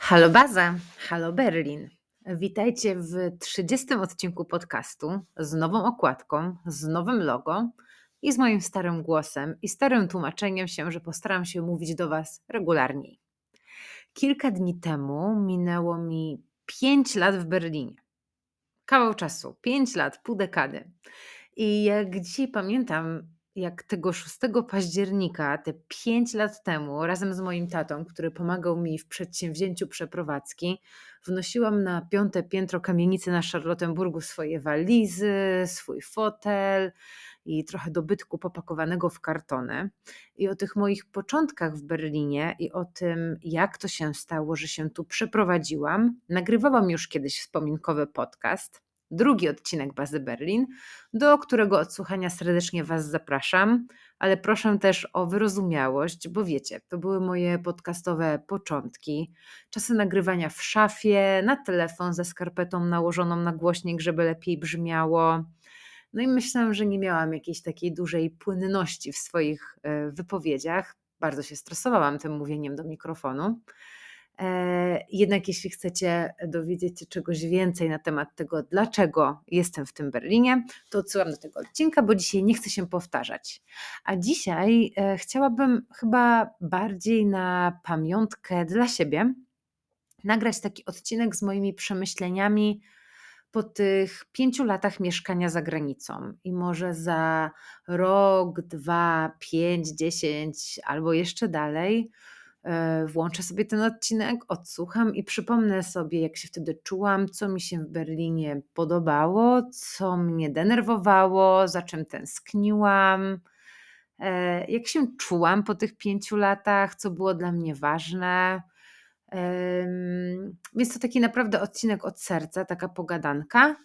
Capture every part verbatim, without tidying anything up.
Halo Baza, halo Berlin. Witajcie w trzydziestym odcinku podcastu z nową okładką, z nowym logo i z moim starym głosem i starym tłumaczeniem się, że postaram się mówić do Was regularniej. Kilka dni temu minęło mi pięć lat w Berlinie. Kawał czasu, pięć lat, pół dekady. I jak dzisiaj pamiętam, jak tego szóstego października, te pięć lat temu, razem z moim tatą, który pomagał mi w przedsięwzięciu przeprowadzki, wnosiłam na piąte piętro kamienicy na Charlottenburgu swoje walizy, swój fotel i trochę dobytku popakowanego w kartony. I o tych moich początkach w Berlinie i o tym, jak to się stało, że się tu przeprowadziłam, nagrywałam już kiedyś wspominkowy podcast, drugi odcinek Bazy Berlin, do którego odsłuchania serdecznie Was zapraszam, ale proszę też o wyrozumiałość, bo wiecie, to były moje podcastowe początki, czasy nagrywania w szafie, na telefon ze skarpetą nałożoną na głośnik, żeby lepiej brzmiało. No i myślałam, że nie miałam jakiejś takiej dużej płynności w swoich e, wypowiedziach. Bardzo się stresowałam tym mówieniem do mikrofonu. E, Jednak jeśli chcecie dowiedzieć się czegoś więcej na temat tego, dlaczego jestem w tym Berlinie, to odsyłam do tego odcinka, bo dzisiaj nie chcę się powtarzać. A dzisiaj e, chciałabym chyba bardziej na pamiątkę dla siebie nagrać taki odcinek z moimi przemyśleniami po tych pięciu latach mieszkania za granicą i może za rok, dwa, pięć, dziesięć albo jeszcze dalej e, włączę sobie ten odcinek, odsłucham i przypomnę sobie, jak się wtedy czułam, co mi się w Berlinie podobało, co mnie denerwowało, za czym tęskniłam, e, jak się czułam po tych pięciu latach, co było dla mnie ważne. Em, Jest to taki naprawdę odcinek od serca, taka pogadanka.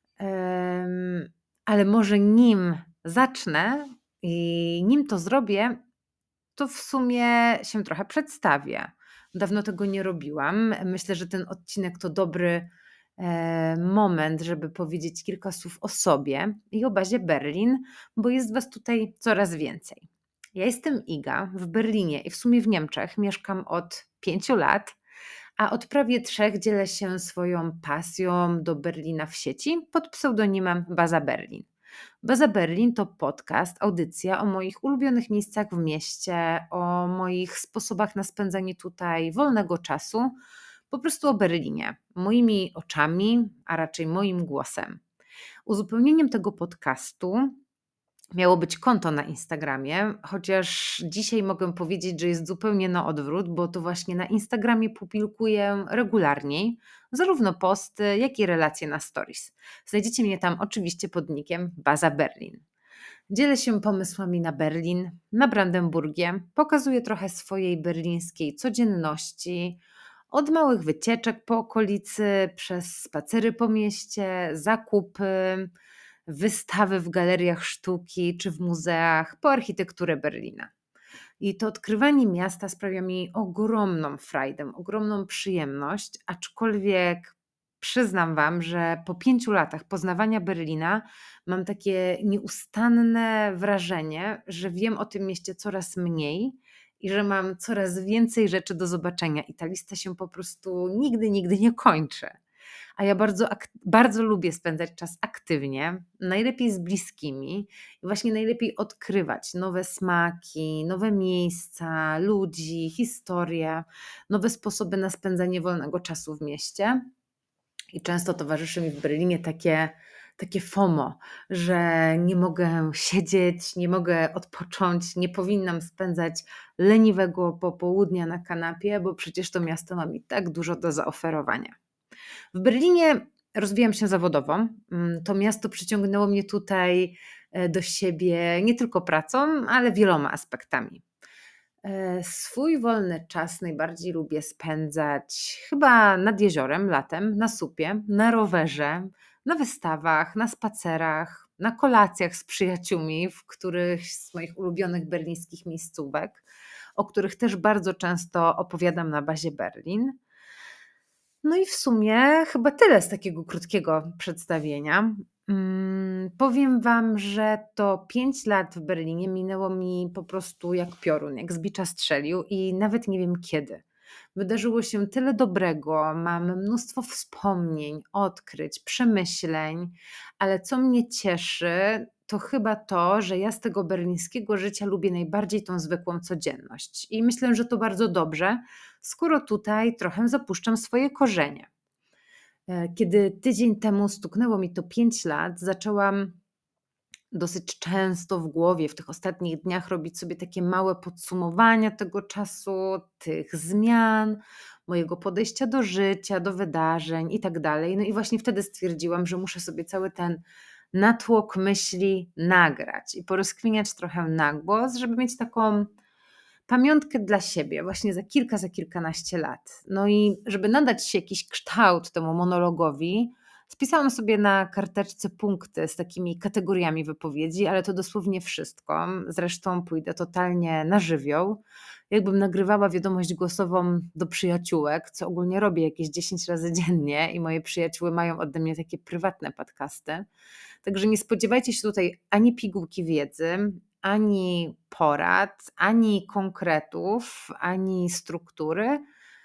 Em, Ale może nim zacznę i nim to zrobię, to w sumie się trochę przedstawię. Dawno tego nie robiłam. Myślę, że ten odcinek to dobry e, moment, żeby powiedzieć kilka słów o sobie i o bazie Berlin, bo jest Was tutaj coraz więcej. Ja jestem Iga w Berlinie i w sumie w Niemczech. Mieszkam od pięciu lat, a od prawie trzech dzielę się swoją pasją do Berlina w sieci pod pseudonimem Baza Berlin. Baza Berlin to podcast, audycja o moich ulubionych miejscach w mieście, o moich sposobach na spędzanie tutaj wolnego czasu, po prostu o Berlinie, moimi oczami, a raczej moim głosem. Uzupełnieniem tego podcastu miało być konto na Instagramie, chociaż dzisiaj mogę powiedzieć, że jest zupełnie na odwrót, bo to właśnie na Instagramie publikuję regularniej zarówno posty, jak i relacje na stories. Znajdziecie mnie tam oczywiście pod nickiem Baza Berlin. Dzielę się pomysłami na Berlin, na Brandenburgię, pokazuję trochę swojej berlińskiej codzienności, od małych wycieczek po okolicy, przez spacery po mieście, zakupy, wystawy w galeriach sztuki czy w muzeach, po architekturę Berlina. I to odkrywanie miasta sprawia mi ogromną frajdę, ogromną przyjemność, aczkolwiek przyznam Wam, że po pięciu latach poznawania Berlina mam takie nieustanne wrażenie, że wiem o tym mieście coraz mniej i że mam coraz więcej rzeczy do zobaczenia i ta lista się po prostu nigdy, nigdy nie kończy. A ja bardzo, bardzo lubię spędzać czas aktywnie, najlepiej z bliskimi i właśnie najlepiej odkrywać nowe smaki, nowe miejsca, ludzi, historie, nowe sposoby na spędzanie wolnego czasu w mieście. I często towarzyszy mi w Berlinie takie, takie FOMO, że nie mogę siedzieć, nie mogę odpocząć, nie powinnam spędzać leniwego popołudnia na kanapie, bo przecież to miasto ma mi tak dużo do zaoferowania. W Berlinie rozwijam się zawodowo. Mm, To miasto przyciągnęło mnie tutaj e, do siebie nie tylko pracą, ale wieloma aspektami. E, Swój wolny czas najbardziej lubię spędzać chyba nad jeziorem latem, na supie, na rowerze, na wystawach, na spacerach, na kolacjach z przyjaciółmi w którychś z moich ulubionych berlińskich miejscówek, o których też bardzo często opowiadam na bazie Berlin. No i w sumie chyba tyle z takiego krótkiego przedstawienia. Mm, powiem Wam, że to pięć lat w Berlinie minęło mi po prostu jak piorun, jak z bicza strzelił i nawet nie wiem kiedy. Wydarzyło się tyle dobrego, mam mnóstwo wspomnień, odkryć, przemyśleń, ale co mnie cieszy, to chyba to, że ja z tego berlińskiego życia lubię najbardziej tą zwykłą codzienność. I myślę, że to bardzo dobrze, skoro tutaj trochę zapuszczam swoje korzenie. E, Kiedy tydzień temu stuknęło mi to pięć lat, zaczęłam dosyć często w głowie w tych ostatnich dniach robić sobie takie małe podsumowania tego czasu, tych zmian, mojego podejścia do życia, do wydarzeń i tak dalej. No i właśnie wtedy stwierdziłam, że muszę sobie cały ten natłok myśli nagrać i porozkminiać trochę na głos, żeby mieć taką pamiątkę dla siebie właśnie za kilka, za kilkanaście lat. No i żeby nadać się jakiś kształt temu monologowi, spisałam sobie na karteczce punkty z takimi kategoriami wypowiedzi, ale to dosłownie wszystko. Zresztą pójdę totalnie na żywioł. Jakbym nagrywała wiadomość głosową do przyjaciółek, co ogólnie robię jakieś dziesięć razy dziennie i moje przyjacióły mają ode mnie takie prywatne podcasty. Także nie spodziewajcie się tutaj ani pigułki wiedzy, ani porad, ani konkretów, ani struktury,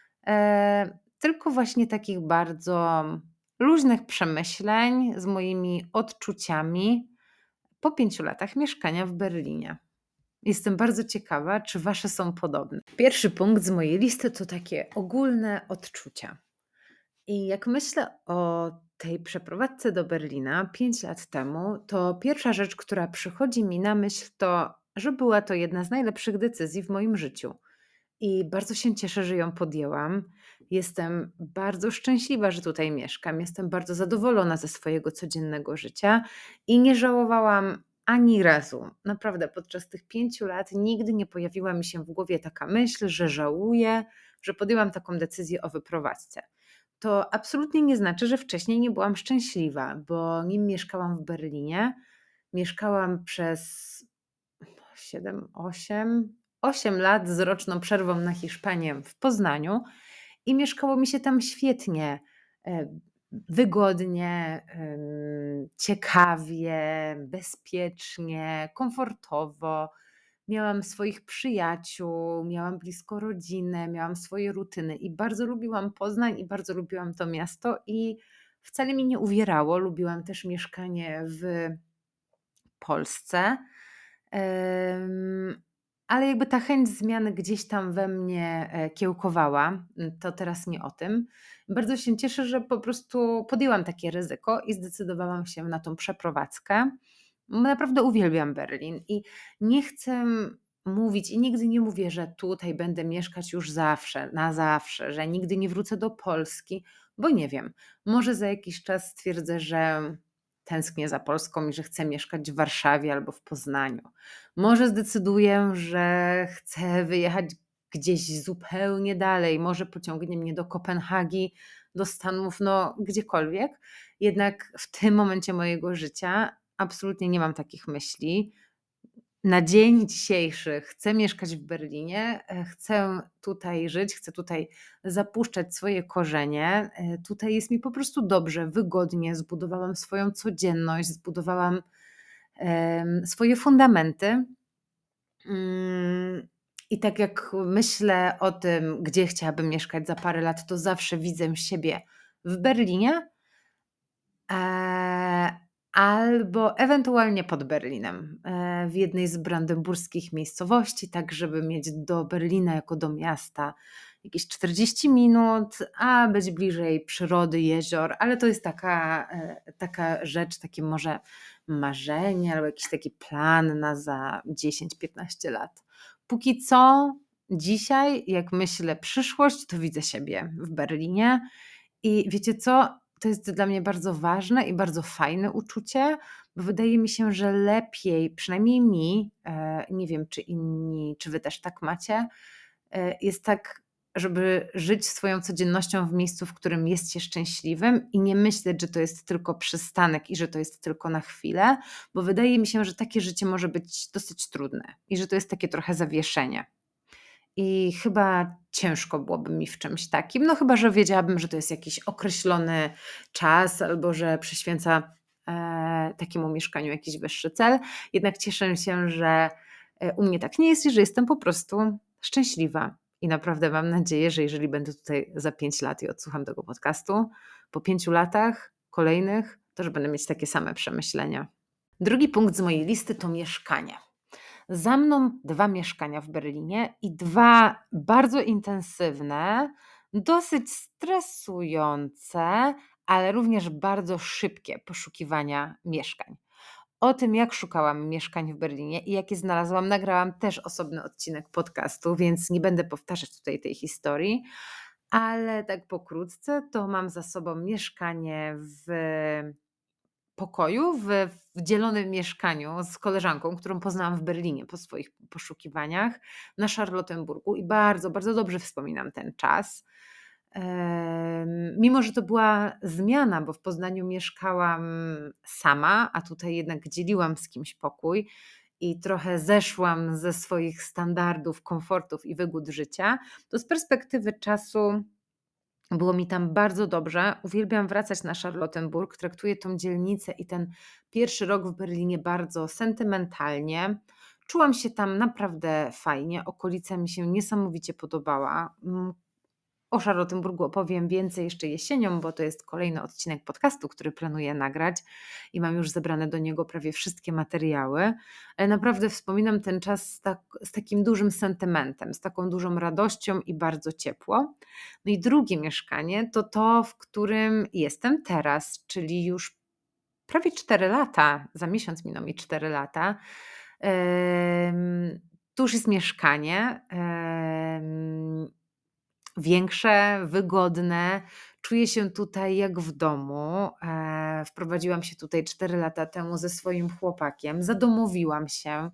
e, tylko właśnie takich bardzo luźnych przemyśleń z moimi odczuciami po pięciu latach mieszkania w Berlinie. Jestem bardzo ciekawa, czy wasze są podobne. Pierwszy punkt z mojej listy to takie ogólne odczucia. I jak myślę o tej przeprowadzce do Berlina pięć lat temu, to pierwsza rzecz, która przychodzi mi na myśl, to, że była to jedna z najlepszych decyzji w moim życiu. I bardzo się cieszę, że ją podjęłam. Jestem bardzo szczęśliwa, że tutaj mieszkam. Jestem bardzo zadowolona ze swojego codziennego życia i nie żałowałam ani razu. Naprawdę, podczas tych pięciu lat nigdy nie pojawiła mi się w głowie taka myśl, że żałuję, że podjęłam taką decyzję o wyprowadzce. To absolutnie nie znaczy, że wcześniej nie byłam szczęśliwa, bo nim mieszkałam w Berlinie, mieszkałam przez siedem, osiem, osiem lat z roczną przerwą na Hiszpanię w Poznaniu i mieszkało mi się tam świetnie, e, wygodnie, em, ciekawie, bezpiecznie, komfortowo. Miałam swoich przyjaciół, miałam blisko rodzinę, miałam swoje rutyny i bardzo lubiłam Poznań i bardzo lubiłam to miasto i wcale mi nie uwierało. Lubiłam też mieszkanie w Polsce. Em, Ale jakby ta chęć zmiany gdzieś tam we mnie e, kiełkowała, mm, to teraz nie o tym. Bardzo się cieszę, że po prostu podjęłam takie ryzyko i zdecydowałam się na tą przeprowadzkę. Naprawdę uwielbiam Berlin i nie chcę mówić i nigdy nie mówię, że tutaj będę mieszkać już zawsze, na zawsze, że nigdy nie wrócę do Polski, bo nie wiem, może za jakiś czas stwierdzę, że tęsknię za Polską i że chcę mieszkać w Warszawie albo w Poznaniu. Może zdecyduję, że chcę wyjechać gdzieś zupełnie dalej, może pociągnie mnie do Kopenhagi, do Stanów, no gdziekolwiek. Jednak w tym momencie mojego życia absolutnie nie mam takich myśli. Na dzień dzisiejszy chcę mieszkać w Berlinie, e, chcę tutaj żyć, chcę tutaj zapuszczać swoje korzenie. E, Tutaj jest mi po prostu dobrze, wygodnie. Zbudowałam swoją codzienność, zbudowałam em, swoje fundamenty. Mm, I tak jak myślę o tym, gdzie chciałabym mieszkać za parę lat, to zawsze widzę siebie w Berlinie, Eee, albo ewentualnie pod Berlinem, eee, w jednej z brandenburskich miejscowości, tak żeby mieć do Berlina jako do miasta jakieś czterdzieści minut, a być bliżej przyrody, jezior, ale to jest taka, e, taka rzecz, takie może marzenie albo jakiś taki plan na za dziesięć piętnaście lat. Póki co, dzisiaj, jak myślę przyszłość, to widzę siebie w Berlinie i wiecie co? To jest dla mnie bardzo ważne i bardzo fajne uczucie, bo wydaje mi się, że lepiej, przynajmniej mi, e, nie wiem czy inni, czy wy też tak macie, e, jest tak, żeby żyć swoją codziennością w miejscu, w którym jest się szczęśliwym i nie myśleć, że to jest tylko przystanek i że to jest tylko na chwilę, bo wydaje mi się, że takie życie może być dosyć trudne i że to jest takie trochę zawieszenie. I chyba ciężko byłoby mi w czymś takim, no chyba, że wiedziałabym, że to jest jakiś określony czas albo że przyświęca e, takiemu mieszkaniu jakiś wyższy cel. Jednak cieszę się, że e, u mnie tak nie jest i że jestem po prostu szczęśliwa i naprawdę mam nadzieję, że jeżeli będę tutaj za pięć lat i odsłucham tego podcastu, po pięciu latach kolejnych, to że będę mieć takie same przemyślenia. Drugi punkt z mojej listy to mieszkanie. Za mną dwa mieszkania w Berlinie i dwa bardzo intensywne, dosyć stresujące, ale również bardzo szybkie poszukiwania mieszkań. O tym, jak szukałam mieszkań w Berlinie i jakie znalazłam, nagrałam też osobny odcinek podcastu, więc nie będę powtarzać tutaj tej historii, ale tak pokrótce to mam za sobą mieszkanie w pokoju, w w dzielonym mieszkaniu z koleżanką, którą poznałam w Berlinie po swoich poszukiwaniach na Charlottenburgu i bardzo, bardzo dobrze wspominam ten czas. Em, Mimo, że to była zmiana, bo w Poznaniu mieszkałam sama, a tutaj jednak dzieliłam z kimś pokój i trochę zeszłam ze swoich standardów, komfortów i wygód życia, to z perspektywy czasu było mi tam bardzo dobrze. Uwielbiam wracać na Charlottenburg. Traktuję tą dzielnicę i ten pierwszy rok w Berlinie bardzo sentymentalnie. Czułam się tam naprawdę fajnie. Okolica mi się niesamowicie podobała. Mm, O Charlottenburgu opowiem więcej jeszcze jesienią, bo to jest kolejny odcinek podcastu, który planuję nagrać i mam już zebrane do niego prawie wszystkie materiały. Ale naprawdę wspominam ten czas z, tak, z takim dużym sentymentem, z taką dużą radością i bardzo ciepło. No i drugie mieszkanie to to, w którym jestem teraz, czyli już prawie cztery lata. Za miesiąc miną mi cztery lata. Em, Tu już jest mieszkanie. em, Większe, wygodne. Czuję się tutaj jak w domu. E, wprowadziłam się tutaj cztery lata temu ze swoim chłopakiem. Zadomowiłam się.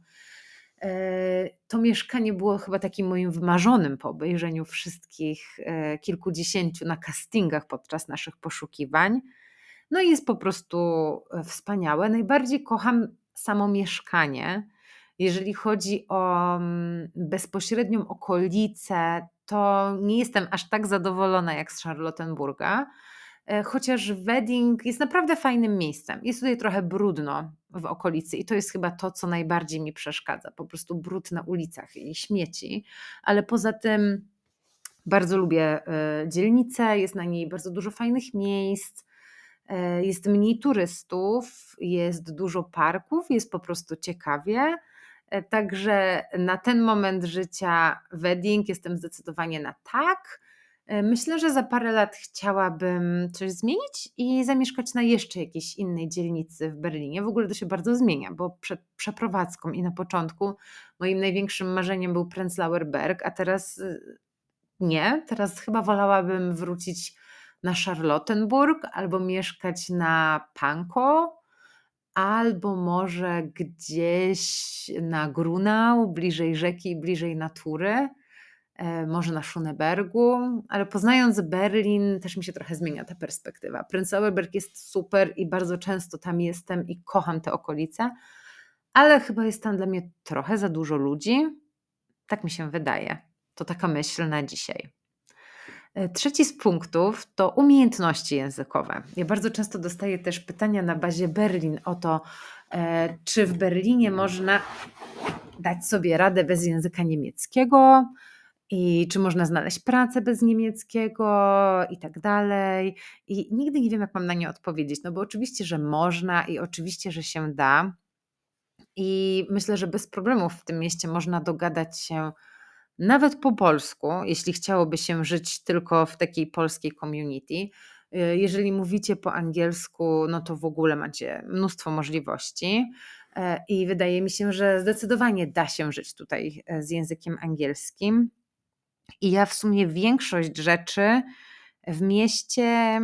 E, To mieszkanie było chyba takim moim wymarzonym po obejrzeniu wszystkich e, kilkudziesięciu na castingach podczas naszych poszukiwań. No i jest po prostu e, wspaniałe. Najbardziej kocham samo mieszkanie. Jeżeli chodzi o mm, bezpośrednią okolicę, to nie jestem aż tak zadowolona jak z Charlottenburga, e, chociaż Wedding jest naprawdę fajnym miejscem. Jest tutaj trochę brudno w okolicy i to jest chyba to, co najbardziej mi przeszkadza. Po prostu brud na ulicach i śmieci, ale poza tym bardzo lubię e, dzielnicę, jest na niej bardzo dużo fajnych miejsc. E, Jest mniej turystów, jest dużo parków, jest po prostu ciekawie. E, Także na ten moment życia wedding jestem zdecydowanie na tak. E, Myślę, że za parę lat chciałabym coś zmienić i zamieszkać na jeszcze jakiejś innej dzielnicy w Berlinie. W ogóle to się bardzo zmienia, bo przed przeprowadzką i na początku moim największym marzeniem był Prenzlauer Berg, a teraz y, nie, teraz chyba wolałabym wrócić na Charlottenburg albo mieszkać na Pankow, albo może gdzieś na Grunau, bliżej rzeki, bliżej natury, e, może na Schönebergu, ale poznając Berlin też mi się trochę zmienia ta perspektywa. Prenzlauer Berg jest super i bardzo często tam jestem i kocham te okolice, ale chyba jest tam dla mnie trochę za dużo ludzi. Tak mi się wydaje. To taka myśl na dzisiaj. E, Trzeci z punktów to umiejętności językowe. Ja bardzo często dostaję też pytania na bazie Berlin o to, e, czy w Berlinie można dać sobie radę bez języka niemieckiego i czy można znaleźć pracę bez niemieckiego i tak dalej. I nigdy nie wiem, jak mam na nie odpowiedzieć, no bo oczywiście, że można i oczywiście, że się da. I myślę, że bez problemów w tym mieście można dogadać się nawet po polsku, jeśli chciałoby się żyć tylko w takiej polskiej community. Y, Jeżeli mówicie po angielsku, no to w ogóle macie mnóstwo możliwości. E, I wydaje mi się, że zdecydowanie da się żyć tutaj e, z językiem angielskim. I ja w sumie większość rzeczy w mieście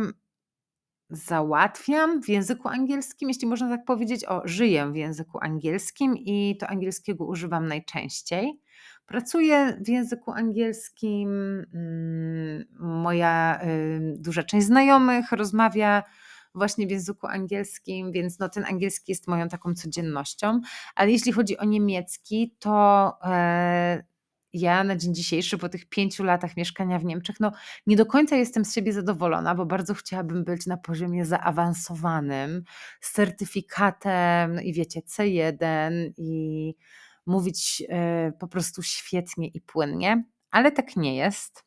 załatwiam w języku angielskim, jeśli można tak powiedzieć. O, żyję w języku angielskim i to angielskiego używam najczęściej. Pracuję w języku angielskim. mm, Moja y, duża część znajomych rozmawia właśnie w języku angielskim, więc no, ten angielski jest moją taką codziennością. Ale jeśli chodzi o niemiecki, to e, ja na dzień dzisiejszy, po tych pięciu latach mieszkania w Niemczech, no nie do końca jestem z siebie zadowolona, bo bardzo chciałabym być na poziomie zaawansowanym, z certyfikatem, no i wiecie, C jeden i mówić e, po prostu świetnie i płynnie, ale tak nie jest.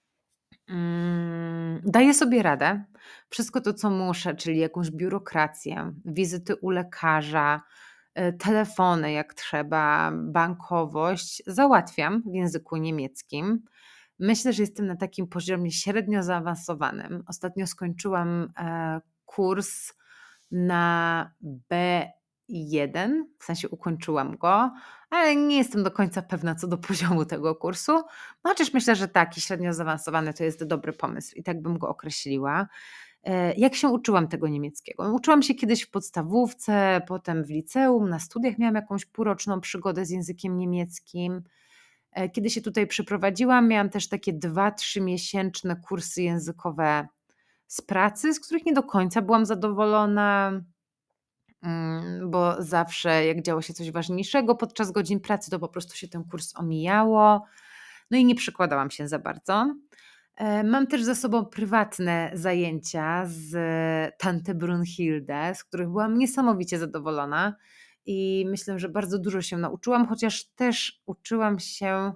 Mm, Daję sobie radę. Wszystko to, co muszę, czyli jakąś biurokrację, wizyty u lekarza, y, telefony jak trzeba, bankowość, załatwiam w języku niemieckim. Myślę, że jestem na takim poziomie średnio zaawansowanym. Ostatnio skończyłam e, kurs na B jeden, w sensie ukończyłam go, ale nie jestem do końca pewna co do poziomu tego kursu. No chociaż myślę, że taki średnio zaawansowany to jest dobry pomysł i tak bym go określiła. E, Jak się uczyłam tego niemieckiego? Uczyłam się kiedyś w podstawówce, potem w liceum, na studiach miałam jakąś półroczną przygodę z językiem niemieckim. E, Kiedy się tutaj przeprowadziłam, miałam też takie dwa, trzymiesięczne kursy językowe z pracy, z których nie do końca byłam zadowolona, mm, bo zawsze jak działo się coś ważniejszego podczas godzin pracy, to po prostu się ten kurs omijało. No i nie przykładałam się za bardzo. E, Mam też za sobą prywatne zajęcia z Tante Brunhilde, z których byłam niesamowicie zadowolona i myślę, że bardzo dużo się nauczyłam, chociaż też uczyłam się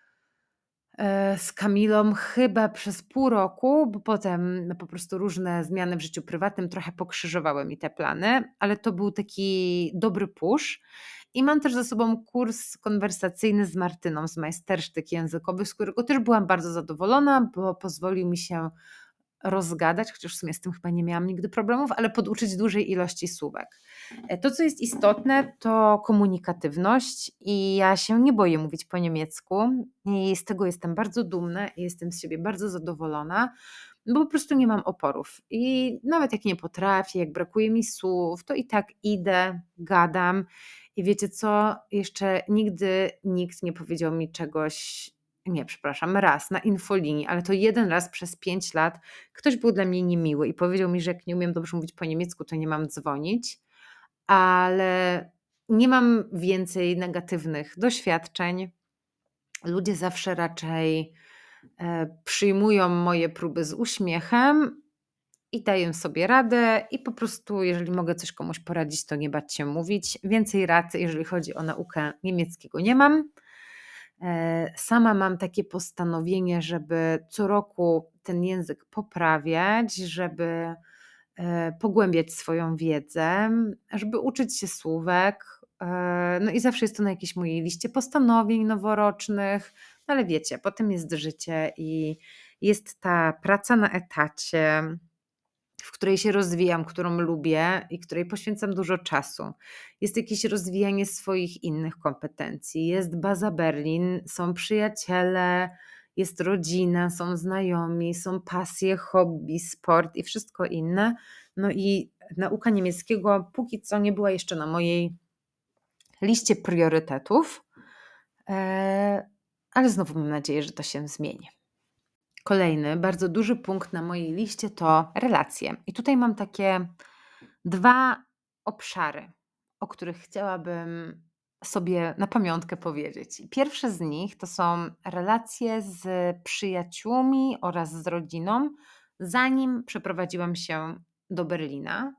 e, z Kamilą chyba przez pół roku, bo potem no, po prostu różne zmiany w życiu prywatnym trochę pokrzyżowały mi te plany, ale to był taki dobry push. I mam też za sobą kurs konwersacyjny z Martyną z majstersztyk językowych, z którego też byłam bardzo zadowolona, bo pozwolił mi się rozgadać, chociaż w sumie z tym chyba nie miałam nigdy problemów, ale poduczyć dużej ilości słówek. E, To, co jest istotne, to komunikatywność i ja się nie boję mówić po niemiecku i z tego jestem bardzo dumna i jestem z siebie bardzo zadowolona, bo po prostu nie mam oporów. I nawet jak nie potrafię, jak brakuje mi słów, to i tak idę, gadam i wiecie co? Jeszcze nigdy nikt nie powiedział mi czegoś, nie, przepraszam, raz na infolinii, ale to jeden raz przez pięć lat ktoś był dla mnie niemiły i powiedział mi, że jak nie umiem dobrze mówić po niemiecku, to nie mam dzwonić, ale nie mam więcej negatywnych doświadczeń. Ludzie zawsze raczej e, przyjmują moje próby z uśmiechem i daję sobie radę i po prostu, jeżeli mogę coś komuś poradzić, to nie bać się mówić. Więcej rad, jeżeli chodzi o naukę niemieckiego, nie mam. E, Sama mam takie postanowienie, żeby co roku ten język poprawiać, żeby e, pogłębiać swoją wiedzę, żeby uczyć się słówek. E, No i zawsze jest to na jakiejś mojej liście postanowień noworocznych, no ale wiecie, potem jest życie i jest ta praca na etacie, w której się rozwijam, którą lubię i której poświęcam dużo czasu. Jest jakieś rozwijanie swoich innych kompetencji, jest baza Berlin, są przyjaciele, jest rodzina, są znajomi, są pasje, hobby, sport i wszystko inne. No i nauka niemieckiego póki co nie była jeszcze na mojej liście priorytetów, e, ale znowu mam nadzieję, że to się zmieni. Kolejny bardzo duży punkt na mojej liście to relacje. I tutaj mam takie dwa obszary, o których chciałabym sobie na pamiątkę powiedzieć. Pierwszy z nich to są relacje z przyjaciółmi oraz z rodziną, zanim przeprowadziłam się do Berlina.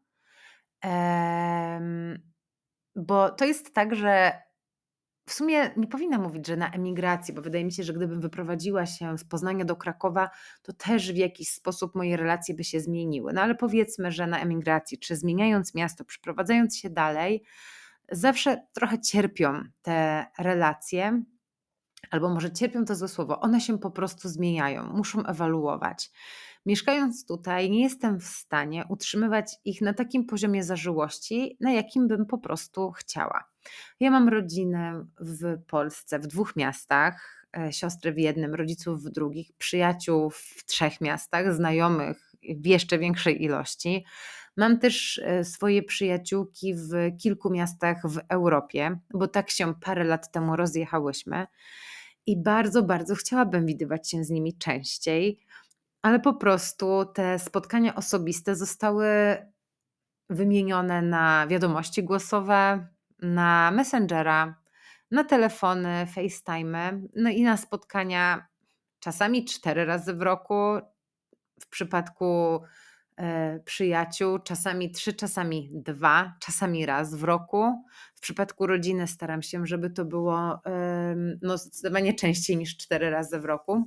Em, Bo to jest tak, że w sumie nie powinnam mówić, że na emigracji, bo wydaje mi się, że gdybym wyprowadziła się z Poznania do Krakowa, to też w jakiś sposób moje relacje by się zmieniły. No ale powiedzmy, że na emigracji, czy zmieniając miasto, przeprowadzając się dalej, zawsze trochę cierpią te relacje, albo może cierpią to złe słowo, one się po prostu zmieniają, muszą ewaluować. Mieszkając tutaj, nie jestem w stanie utrzymywać ich na takim poziomie zażyłości, na jakim bym po prostu chciała. Ja mam rodzinę w Polsce, w dwóch miastach, e, siostry w jednym, rodziców w drugich, przyjaciół w trzech miastach, znajomych w jeszcze większej ilości. Mam też e, swoje przyjaciółki w kilku miastach w Europie, bo tak się parę lat temu rozjechałyśmy i bardzo, bardzo chciałabym widywać się z nimi częściej, ale po prostu te spotkania osobiste zostały wymienione na wiadomości głosowe, na Messengera, na telefony, FaceTime, no i na spotkania czasami cztery razy w roku, w przypadku e, przyjaciół, czasami trzy, czasami dwa, czasami raz w roku. W przypadku rodziny staram się, żeby to było em, no, zdecydowanie częściej niż cztery razy w roku.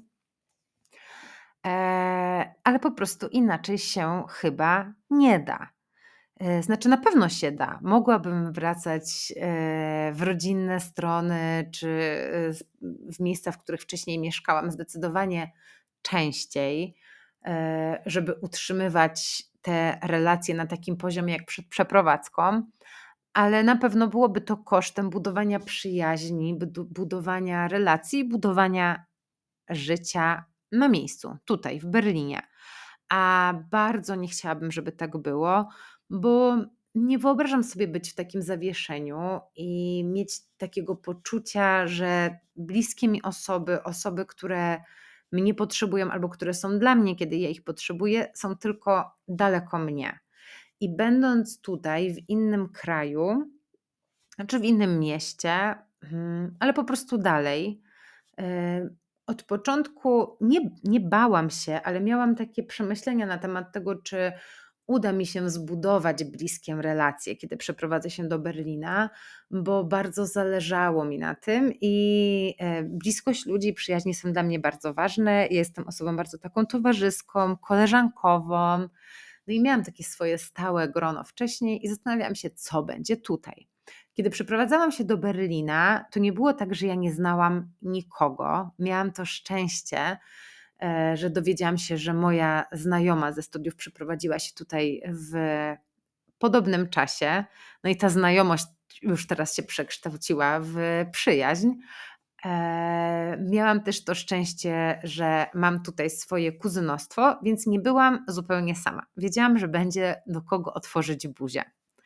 E, ale po prostu inaczej się chyba nie da. E, Znaczy, na pewno się da. Mogłabym wracać e, w rodzinne strony, czy e, z- w miejsca, w których wcześniej mieszkałam, zdecydowanie częściej, e, żeby utrzymywać te relacje na takim poziomie jak przed przeprowadzką, ale na pewno byłoby to kosztem budowania przyjaźni, budu- budowania relacji, budowania życia na miejscu, tutaj w Berlinie. A bardzo nie chciałabym, żeby tak było, bo nie wyobrażam sobie być w takim zawieszeniu i mieć takiego poczucia, że bliskie mi osoby, osoby, które mnie potrzebują albo które są dla mnie, kiedy ja ich potrzebuję, są tylko daleko mnie. I będąc tutaj w innym kraju, znaczy w innym mieście, mm, ale po prostu dalej, e, od początku nie, nie bałam się, ale miałam takie przemyślenia na temat tego, czy uda mi się zbudować bliskie relacje, kiedy przeprowadzę się do Berlina, bo bardzo zależało mi na tym i e, bliskość ludzi, przyjaźnie są dla mnie bardzo ważne. Ja jestem osobą bardzo taką towarzyską, koleżankową. No i miałam takie swoje stałe grono wcześniej i zastanawiałam się, co będzie tutaj. Kiedy przeprowadzałam się do Berlina, to nie było tak, że ja nie znałam nikogo. Miałam to szczęście, e, że dowiedziałam się, że moja znajoma ze studiów przeprowadziła się tutaj w podobnym czasie. No i ta znajomość już teraz się przekształciła w przyjaźń. E, Miałam też to szczęście, że mam tutaj swoje kuzynostwo, więc nie byłam zupełnie sama. Wiedziałam, że będzie do kogo otworzyć buzię.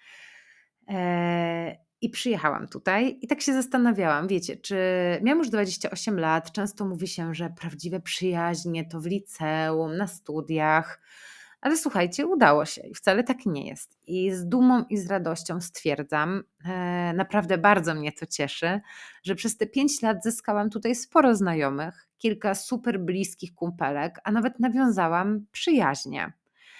E, I przyjechałam tutaj i tak się zastanawiałam, wiecie, czy miałam już dwadzieścia osiem lat, często mówi się, że prawdziwe przyjaźnie to w liceum, na studiach, ale słuchajcie, udało się i wcale tak nie jest. I z dumą i z radością stwierdzam, e, naprawdę bardzo mnie to cieszy, że przez te pięć lat zyskałam tutaj sporo znajomych, kilka super bliskich kumpelek, a nawet nawiązałam przyjaźnie.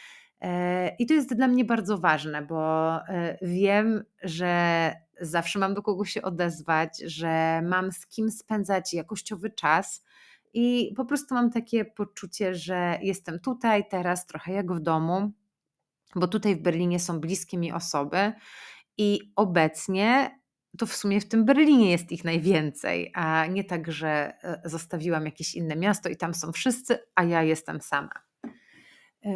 E, I to jest dla mnie bardzo ważne, bo e, wiem, że zawsze mam do kogo się odezwać, że mam z kim spędzać jakościowy czas i po prostu mam takie poczucie, że jestem tutaj teraz trochę jak w domu, bo tutaj w Berlinie są bliskie mi osoby i obecnie to w sumie w tym Berlinie jest ich najwięcej, a nie tak, że e, zostawiłam jakieś inne miasto i tam są wszyscy, a ja jestem sama. E,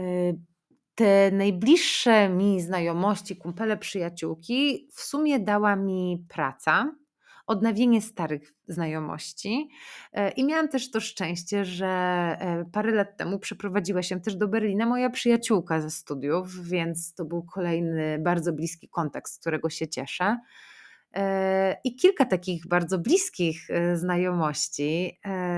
Te najbliższe mi znajomości, kumpele, przyjaciółki w sumie dała mi praca, odnowienie starych znajomości. E, I miałam też to szczęście, że e, parę lat temu przeprowadziła się też do Berlina moja przyjaciółka ze studiów, więc to był kolejny bardzo bliski kontakt, z którego się cieszę. E, I kilka takich bardzo bliskich e, znajomości,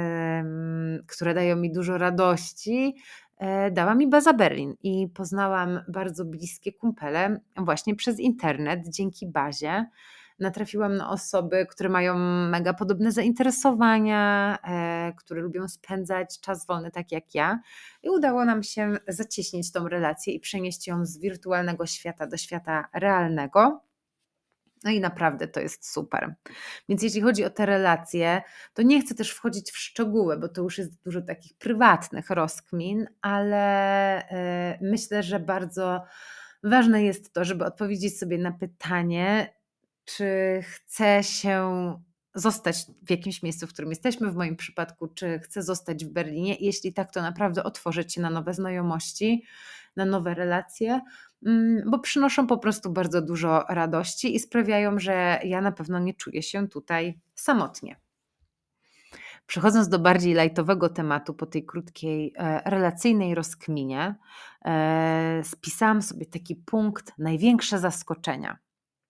em, które dają mi dużo radości, e, dała mi baza Berlin i poznałam bardzo bliskie kumpele właśnie przez internet, dzięki bazie. Natrafiłam na osoby, które mają mega podobne zainteresowania, e, które lubią spędzać czas wolny tak jak ja i udało nam się zacieśnić tą relację i przenieść ją z wirtualnego świata do świata realnego. No i naprawdę to jest super. Więc jeśli chodzi o te relacje, to nie chcę też wchodzić w szczegóły, bo to już jest dużo takich prywatnych rozkmin, ale e, myślę, że bardzo ważne jest to, żeby odpowiedzieć sobie na pytanie, czy chcę się zostać w jakimś miejscu, w którym jesteśmy, w moim przypadku, czy chcę zostać w Berlinie. I jeśli tak, to naprawdę otworzyć się na nowe znajomości, na nowe relacje, mm, bo przynoszą po prostu bardzo dużo radości i sprawiają, że ja na pewno nie czuję się tutaj samotnie. Przechodząc do bardziej lajtowego tematu po tej krótkiej e, relacyjnej rozkminie, e, spisałam sobie taki punkt największe zaskoczenia.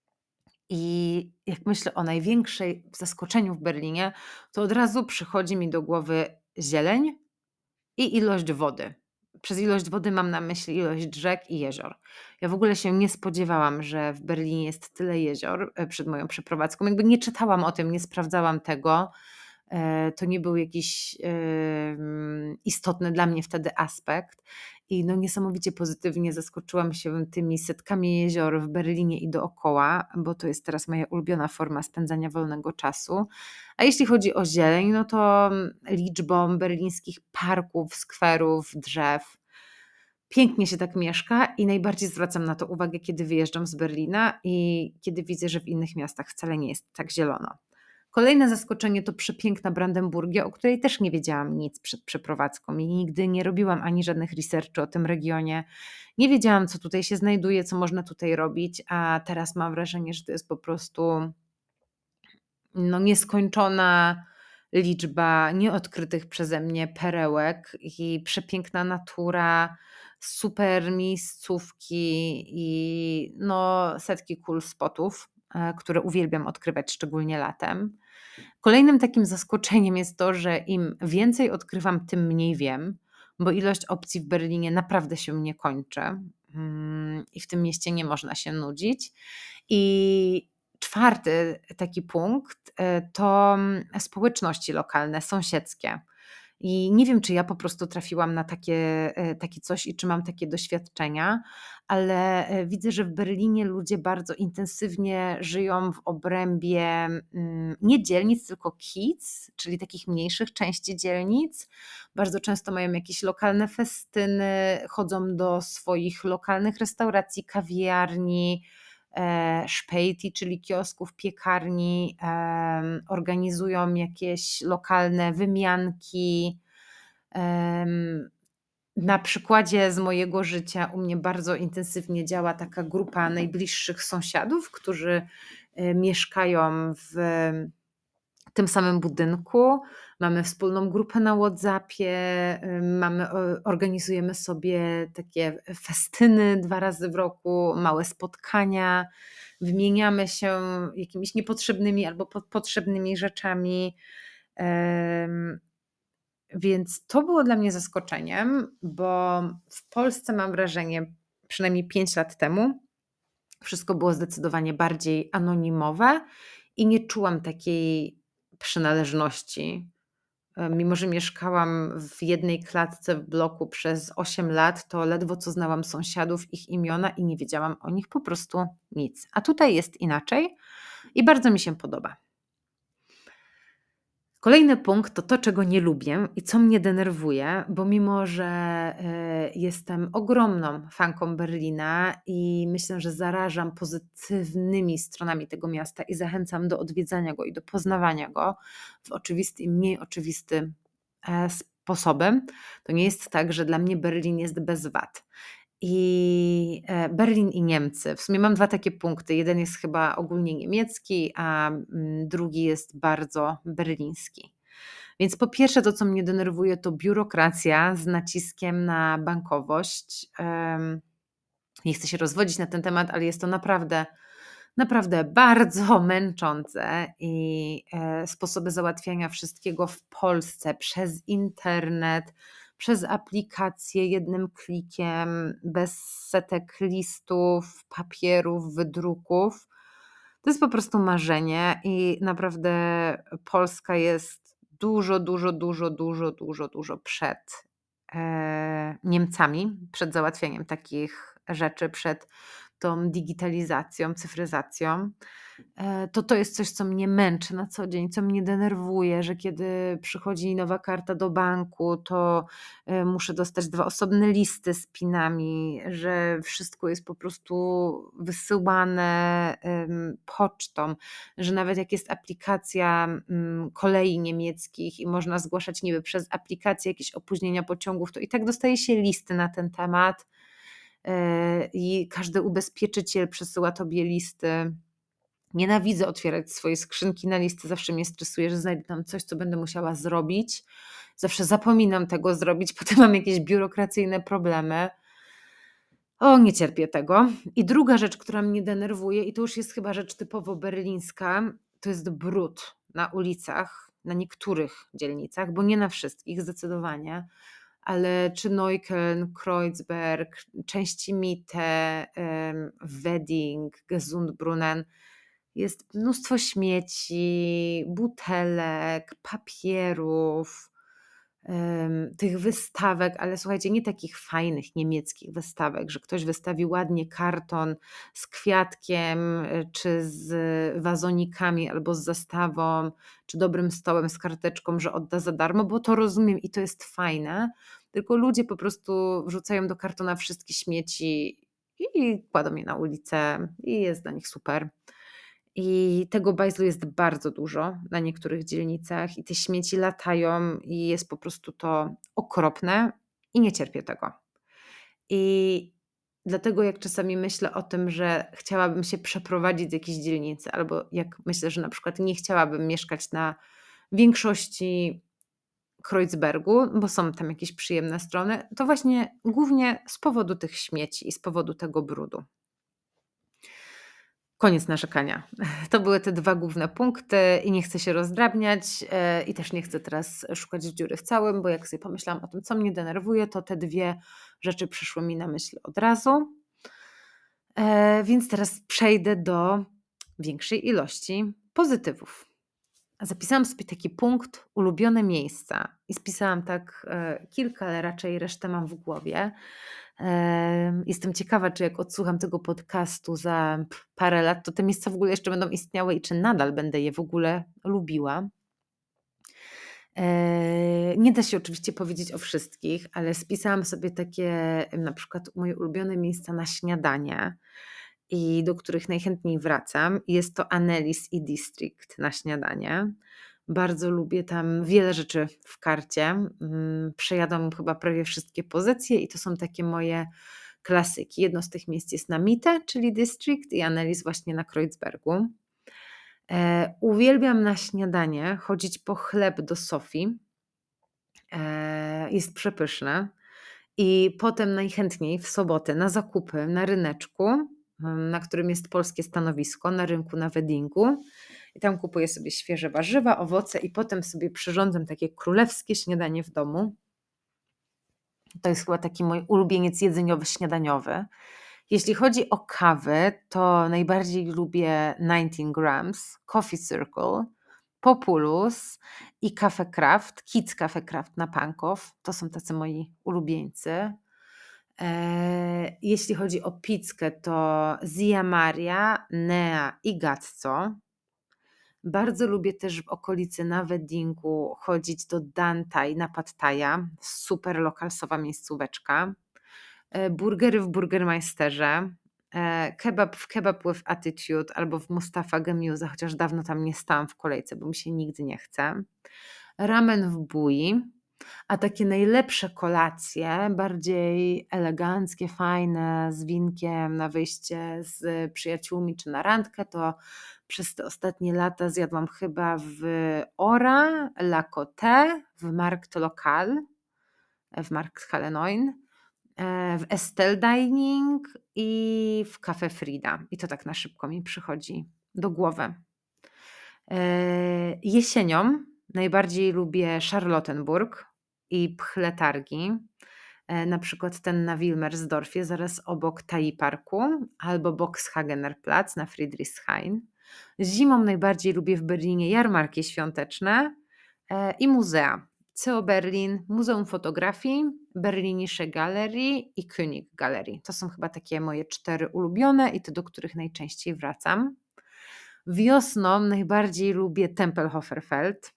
I jak myślę o największej zaskoczeniu w Berlinie, to od razu przychodzi mi do głowy zieleń i ilość wody. Przez ilość wody mam na myśli ilość rzek i jezior. Ja w ogóle się nie spodziewałam, że w Berlinie jest tyle jezior e, przed moją przeprowadzką. Jakby nie czytałam o tym, nie sprawdzałam tego. E, To nie był jakiś em, istotny dla mnie wtedy aspekt. i no niesamowicie pozytywnie zaskoczyłam się tymi setkami jezior w Berlinie i dookoła, bo to jest teraz moja ulubiona forma spędzania wolnego czasu. A jeśli chodzi o zieleń, no to mm, liczbą berlińskich parków, skwerów, drzew. Pięknie się tak mieszka i najbardziej zwracam na to uwagę, kiedy wyjeżdżam z Berlina i kiedy widzę, że w innych miastach wcale nie jest tak zielono. Kolejne zaskoczenie to przepiękna Brandenburgia, o której też nie wiedziałam nic przed przeprowadzką i nigdy nie robiłam ani żadnych researchy o tym regionie. Nie wiedziałam, co tutaj się znajduje, co można tutaj robić, a teraz mam wrażenie, że to jest po prostu no, nieskończona liczba nieodkrytych przeze mnie perełek i przepiękna natura, super miejscówki i no, setki cool spotów, e, które uwielbiam odkrywać, szczególnie latem. Kolejnym takim zaskoczeniem jest to, że im więcej odkrywam, tym mniej wiem, bo ilość opcji w Berlinie naprawdę się nie kończy, mm, i w tym mieście nie można się nudzić. I czwarty taki punkt y, to mm, społeczności lokalne, sąsiedzkie. I nie wiem, czy ja po prostu trafiłam na takie, e, takie coś i czy mam takie doświadczenia, ale e, widzę, że w Berlinie ludzie bardzo intensywnie żyją w obrębie mm, nie dzielnic, tylko kiez, czyli takich mniejszych części dzielnic. Bardzo często mają jakieś lokalne festyny, chodzą do swoich lokalnych restauracji, kawiarni, e, szpejti, czyli kiosków, piekarni, em, organizują jakieś lokalne wymianki. Em, Na przykładzie z mojego życia u mnie bardzo intensywnie działa taka grupa najbliższych sąsiadów, którzy e, mieszkają w tym samym budynku. Mamy wspólną grupę na WhatsAppie, y, mamy, o- organizujemy sobie takie festyny dwa razy w roku, małe spotkania, wymieniamy się jakimiś niepotrzebnymi albo po- potrzebnymi rzeczami. Em, Więc to było dla mnie zaskoczeniem, bo w Polsce mam wrażenie, przynajmniej pięć lat temu, wszystko było zdecydowanie bardziej anonimowe i nie czułam takiej przynależności. E, Mimo, że mieszkałam w jednej klatce w bloku przez osiem lat, to ledwo co znałam sąsiadów, ich imiona i nie wiedziałam o nich po prostu nic. A tutaj jest inaczej i bardzo mi się podoba. Kolejny punkt to to, czego nie lubię i co mnie denerwuje, bo mimo, że e, jestem ogromną fanką Berlina i myślę, że zarażam pozytywnymi stronami tego miasta i zachęcam do odwiedzania go i do poznawania go w oczywisty i mniej oczywisty e, sposobem, to nie jest tak, że dla mnie Berlin jest bez wad. I e, Berlin i Niemcy. W sumie mam dwa takie punkty. Jeden jest chyba ogólnie niemiecki, a mm, drugi jest bardzo berliński. Więc po pierwsze, to co mnie denerwuje, to biurokracja z naciskiem na bankowość. Em, Nie chcę się rozwodzić na ten temat, ale jest to naprawdę, naprawdę bardzo męczące i e, sposoby załatwiania wszystkiego w Polsce przez internet, przez aplikację jednym klikiem, bez setek listów, papierów, wydruków. To jest po prostu marzenie i naprawdę Polska jest dużo, dużo, dużo, dużo, dużo, dużo przed e, Niemcami, przed załatwieniem takich rzeczy, przed tą digitalizacją, cyfryzacją. E, To to jest coś, co mnie męczy na co dzień, co mnie denerwuje, że kiedy przychodzi nowa karta do banku, to e, muszę dostać dwa osobne listy z pinami, że wszystko jest po prostu wysyłane em, pocztą, że nawet jak jest aplikacja mm, kolei niemieckich i można zgłaszać niby przez aplikację jakieś opóźnienia pociągów, to i tak dostaje się listy na ten temat e, i każdy ubezpieczyciel przesyła tobie listy. Nienawidzę otwierać swojej skrzynki na listy, zawsze mnie stresuje, że znajdę tam coś, co będę musiała zrobić. Zawsze zapominam tego zrobić, potem mam jakieś biurokracyjne problemy. O, nie cierpię tego. I druga rzecz, która mnie denerwuje, i to już jest chyba rzecz typowo berlińska, to jest brud na ulicach, na niektórych dzielnicach, bo nie na wszystkich zdecydowanie, ale czy Neukölln, Kreuzberg, części Mitte, em, Wedding, Gesundbrunnen, jest mnóstwo śmieci, butelek, papierów, em, tych wystawek, ale słuchajcie, nie takich fajnych niemieckich wystawek, że ktoś wystawi ładnie karton z kwiatkiem, y, czy z wazonikami, albo z zastawą, czy dobrym stołem z karteczką, że odda za darmo, bo to rozumiem i to jest fajne, tylko ludzie po prostu wrzucają do kartona wszystkie śmieci i kładą je na ulicę i jest dla nich super. I tego bajzlu jest bardzo dużo na niektórych dzielnicach i te śmieci latają i jest po prostu to okropne i nie cierpię tego. I dlatego jak czasami myślę o tym, że chciałabym się przeprowadzić z jakiejś dzielnicy, albo jak myślę, że na przykład nie chciałabym mieszkać na większości Kreuzbergu, bo są tam jakieś przyjemne strony, to właśnie głównie z powodu tych śmieci i z powodu tego brudu. Koniec narzekania. To były te dwa główne punkty i nie chcę się rozdrabniać, e, i też nie chcę teraz szukać dziury w całym, bo jak sobie pomyślałam o tym, co mnie denerwuje, to te dwie rzeczy przyszły mi na myśl od razu. E, więc teraz przejdę do większej ilości pozytywów. Zapisałam sobie taki punkt ulubione miejsca i spisałam tak e, kilka, ale raczej resztę mam w głowie. Em, Jestem ciekawa, czy jak odsłucham tego podcastu za pff, parę lat, to te miejsca w ogóle jeszcze będą istniały i czy nadal będę je w ogóle lubiła. E, Nie da się oczywiście powiedzieć o wszystkich, ale spisałam sobie takie em, na przykład moje ulubione miejsca na śniadanie i do których najchętniej wracam. Jest to Annelies i District na śniadanie. Bardzo lubię tam wiele rzeczy w karcie. Mm, Przejadłam chyba prawie wszystkie pozycje i to są takie moje klasyki. Jedno z tych miejsc jest na Mitte, czyli District, i Annelies właśnie na Kreuzbergu. E, uwielbiam na śniadanie chodzić po chleb do Sofii. E, jest przepyszny. I potem najchętniej w sobotę na zakupy na ryneczku, mm, na którym jest polskie stanowisko, na rynku na Weddingu. I tam kupuję sobie świeże warzywa, owoce i potem sobie przyrządzam takie królewskie śniadanie w domu. To jest chyba taki mój ulubieniec jedzeniowy, śniadaniowy. Jeśli chodzi o kawę, to najbardziej lubię dziewiętnaście grams, Coffee Circle, Populus i Cafe Craft, Kids Cafe Craft na Pankow. To są tacy moi ulubieńcy. Eee, jeśli chodzi o pizzkę, to Zia Maria, Nea i Gazzo. Bardzo lubię też w okolicy na Weddingu chodzić do Dantaj na Pad Thaja, super lokalsowa miejscóweczka. E, Burgery w Burgermeisterze, e, kebab w Kebab with Attitude albo w Mustafa Gemiuza, chociaż dawno tam nie stałam w kolejce, bo mi się nigdy nie chce. Ramen w Bui, a takie najlepsze kolacje, bardziej eleganckie, fajne, z winkiem na wyjście z przyjaciółmi czy na randkę, to przez te ostatnie lata zjadłam chyba w Ora, La Côte, w Markt Lokal, w Markthallenneun, e, w Estelle Dining i w Cafe Frida. I to tak na szybko mi przychodzi do głowy. E, Jesienią najbardziej lubię Charlottenburg i Pchletargi, e, na przykład ten na Wilmersdorfie, zaraz obok Tai Parku, albo Boxhagener Platz na Friedrichshain. Zimą najbardziej lubię w Berlinie jarmarki świąteczne e, i muzea. C E O Berlin, Muzeum Fotografii, Berlinische Galerie i König Galerie. To są chyba takie moje cztery ulubione i te, do których najczęściej wracam. Wiosną najbardziej lubię Tempelhofer Feld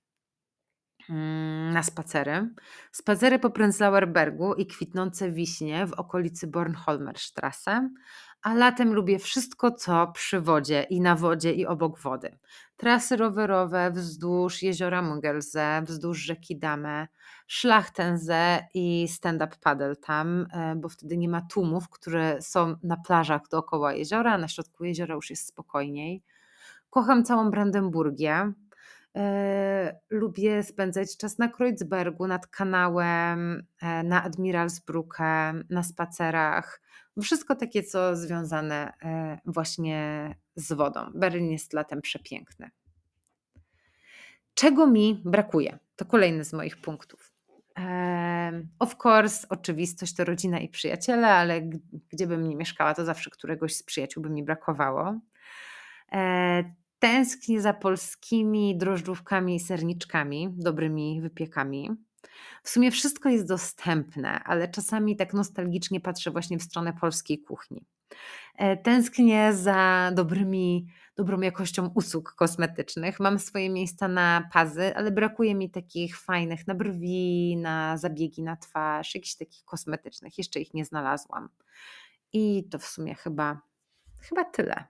mm, na spacery. Spacery po Prenzlauer Bergu i kwitnące wiśnie w okolicy Bornholmerstrasse, a latem lubię wszystko, co przy wodzie i na wodzie i obok wody. Trasy rowerowe wzdłuż jeziora Müggelsee, wzdłuż rzeki Dahme, Schlachtensee i stand-up paddle tam, e, bo wtedy nie ma tłumów, które są na plażach dookoła jeziora, a na środku jeziora już jest spokojniej. Kocham całą Brandenburgię. E, lubię spędzać czas na Kreuzbergu, nad kanałem, e, na Admiralsbrücke, na spacerach. Wszystko takie, co związane e, właśnie z wodą. Berlin jest latem przepiękny. Czego mi brakuje? To kolejny z moich punktów. Em, Of course, oczywistość to rodzina i przyjaciele, ale g- gdzie bym nie mieszkała, to zawsze któregoś z przyjaciół by mi brakowało. E, Tęsknię za polskimi drożdżówkami i serniczkami, dobrymi wypiekami. W sumie wszystko jest dostępne, ale czasami tak nostalgicznie patrzę właśnie w stronę polskiej kuchni. E, Tęsknię za dobrymi, dobrą jakością usług kosmetycznych. Mam swoje miejsca na pazy, ale brakuje mi takich fajnych na brwi, na zabiegi na twarz, jakichś takich kosmetycznych. Jeszcze ich nie znalazłam. I to w sumie chyba, chyba tyle.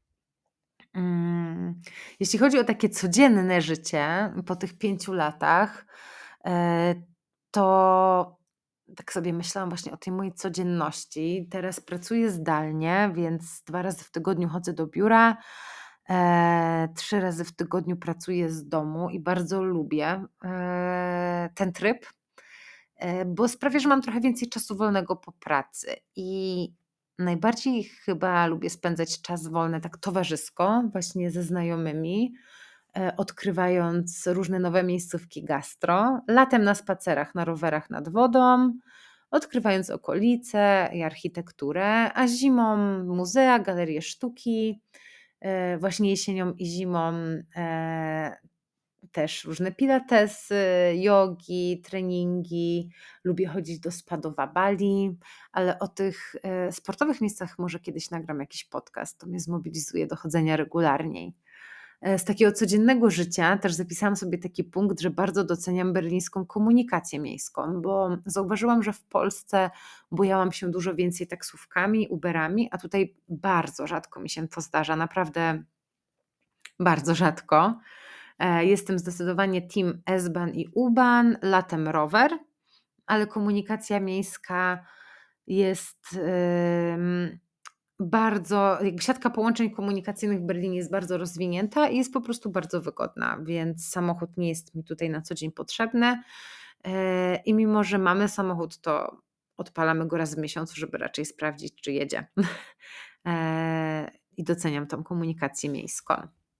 Mm, Jeśli chodzi o takie codzienne życie po tych pięciu latach, e, to tak sobie myślałam właśnie o tej mojej codzienności. Teraz pracuję zdalnie, więc dwa razy w tygodniu chodzę do biura, e, trzy razy w tygodniu pracuję z domu i bardzo lubię e, ten tryb, e, bo sprawia, że mam trochę więcej czasu wolnego po pracy i najbardziej chyba lubię spędzać czas wolny tak towarzysko, właśnie ze znajomymi, e, odkrywając różne nowe miejscówki gastro, latem na spacerach, na rowerach nad wodą, odkrywając okolice i architekturę, a zimą muzea, galerie sztuki, e, właśnie jesienią i zimą e, też różne pilatesy, jogi, treningi. Lubię chodzić do spadowa Bali, ale o tych e, sportowych miejscach może kiedyś nagram jakiś podcast. To mnie zmobilizuje do chodzenia regularniej. E, Z takiego codziennego życia też zapisałam sobie taki punkt, że bardzo doceniam berlińską komunikację miejską, bo zauważyłam, że w Polsce bujałam się dużo więcej taksówkami, Uberami, a tutaj bardzo rzadko mi się to zdarza. Naprawdę bardzo rzadko. E, Jestem zdecydowanie team S-Bahn i U-Bahn, latem rower, ale komunikacja miejska jest ym, bardzo, jakby siatka połączeń komunikacyjnych w Berlinie jest bardzo rozwinięta i jest po prostu bardzo wygodna, więc samochód nie jest mi tutaj na co dzień potrzebny. E, I mimo, że mamy samochód, to odpalamy go raz w miesiącu, żeby raczej sprawdzić, czy jedzie. E, I doceniam tą komunikację miejską.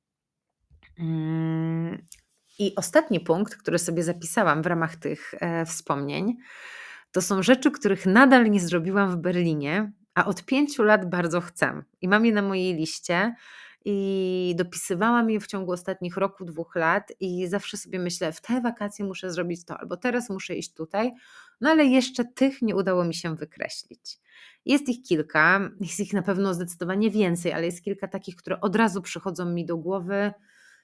Mm, I ostatni punkt, który sobie zapisałam w ramach tych e, wspomnień, to są rzeczy, których nadal nie zrobiłam w Berlinie, a od pięciu lat bardzo chcę. I mam je na mojej liście i dopisywałam je w ciągu ostatnich roku, dwóch lat i zawsze sobie myślę, w te wakacje muszę zrobić to, albo teraz muszę iść tutaj, no ale jeszcze tych nie udało mi się wykreślić. Jest ich kilka, jest ich na pewno zdecydowanie więcej, ale jest kilka takich, które od razu przychodzą mi do głowy,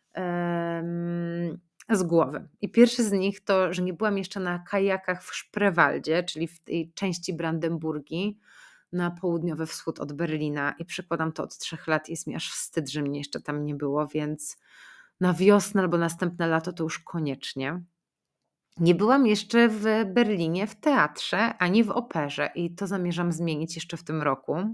em, z głowy. I pierwszy z nich to, że nie byłam jeszcze na kajakach w Spreewaldzie, czyli w tej części Brandenburgii, na południowy wschód od Berlina i przekładam to od trzech lat. Jest mi aż wstyd, że mnie jeszcze tam nie było, więc na wiosnę albo następne lato to już koniecznie. Nie byłam jeszcze w Berlinie w teatrze ani w operze i to zamierzam zmienić jeszcze w tym roku.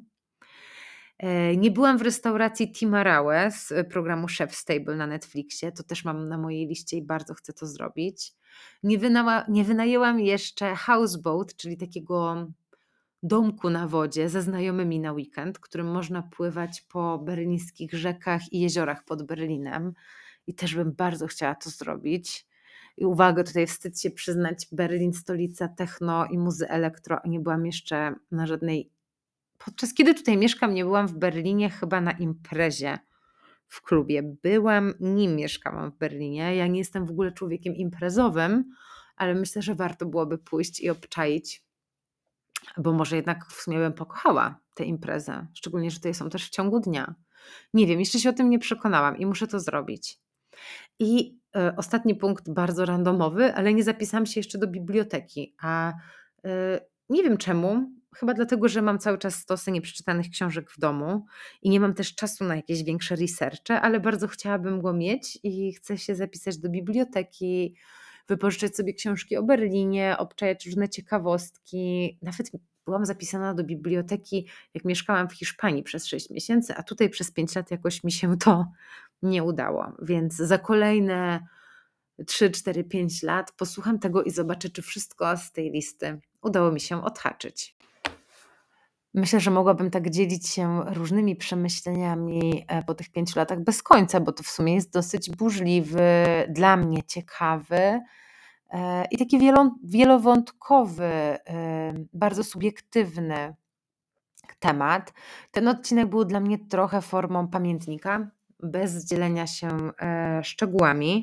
E, Nie byłam w restauracji Timarałe z programu Chef's Table na Netflixie, to też mam na mojej liście i bardzo chcę to zrobić. Nie, wynała, nie wynajęłam jeszcze houseboat, czyli takiego domku na wodzie ze znajomymi na weekend, którym można pływać po berlińskich rzekach i jeziorach pod Berlinem. I też bym bardzo chciała to zrobić. I uwaga, tutaj wstyd się przyznać, Berlin, stolica techno i muzy elektro, a nie byłam jeszcze na żadnej. Podczas kiedy tutaj mieszkam, nie byłam w Berlinie chyba na imprezie w klubie. Byłam, nim mieszkałam w Berlinie. Ja nie jestem w ogóle człowiekiem imprezowym, ale myślę, że warto byłoby pójść i obczaić, bo może jednak w sumie bym pokochała tę imprezę. Szczególnie, że tutaj są też w ciągu dnia. Nie wiem, jeszcze się o tym nie przekonałam i muszę to zrobić. I e, ostatni punkt, bardzo randomowy, ale nie zapisałam się jeszcze do biblioteki, a e, nie wiem czemu. Chyba dlatego, że mam cały czas stosy nieprzeczytanych książek w domu i nie mam też czasu na jakieś większe researche, ale bardzo chciałabym go mieć i chcę się zapisać do biblioteki, wypożyczyć sobie książki o Berlinie, obczajać różne ciekawostki. Nawet byłam zapisana do biblioteki, jak mieszkałam w Hiszpanii przez sześć miesięcy, a tutaj przez pięć lat jakoś mi się to nie udało. Więc za kolejne trzy, cztery, pięć lat posłucham tego i zobaczę, czy wszystko z tej listy udało mi się odhaczyć. Myślę, że mogłabym tak dzielić się różnymi przemyśleniami e, po tych pięciu latach bez końca, bo to w sumie jest dosyć burzliwy, dla mnie ciekawy e, i taki wielo, wielowątkowy, e, bardzo subiektywny temat. Ten odcinek był dla mnie trochę formą pamiętnika, bez dzielenia się e, szczegółami.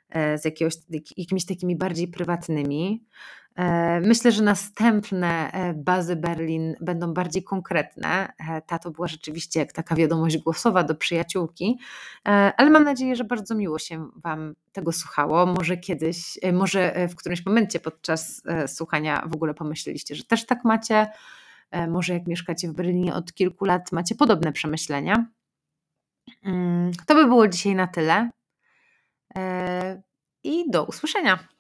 z jakiegoś, jakimiś takimi bardziej prywatnymi. Myślę, że następne bazy Berlin będą bardziej konkretne. Ta to była rzeczywiście jak taka wiadomość głosowa do przyjaciółki, ale mam nadzieję, że bardzo miło się Wam tego słuchało. Może kiedyś, może w którymś momencie podczas słuchania w ogóle pomyśleliście, że też tak macie. Może jak mieszkacie w Berlinie od kilku lat, macie podobne przemyślenia. To by było dzisiaj na tyle. I do usłyszenia.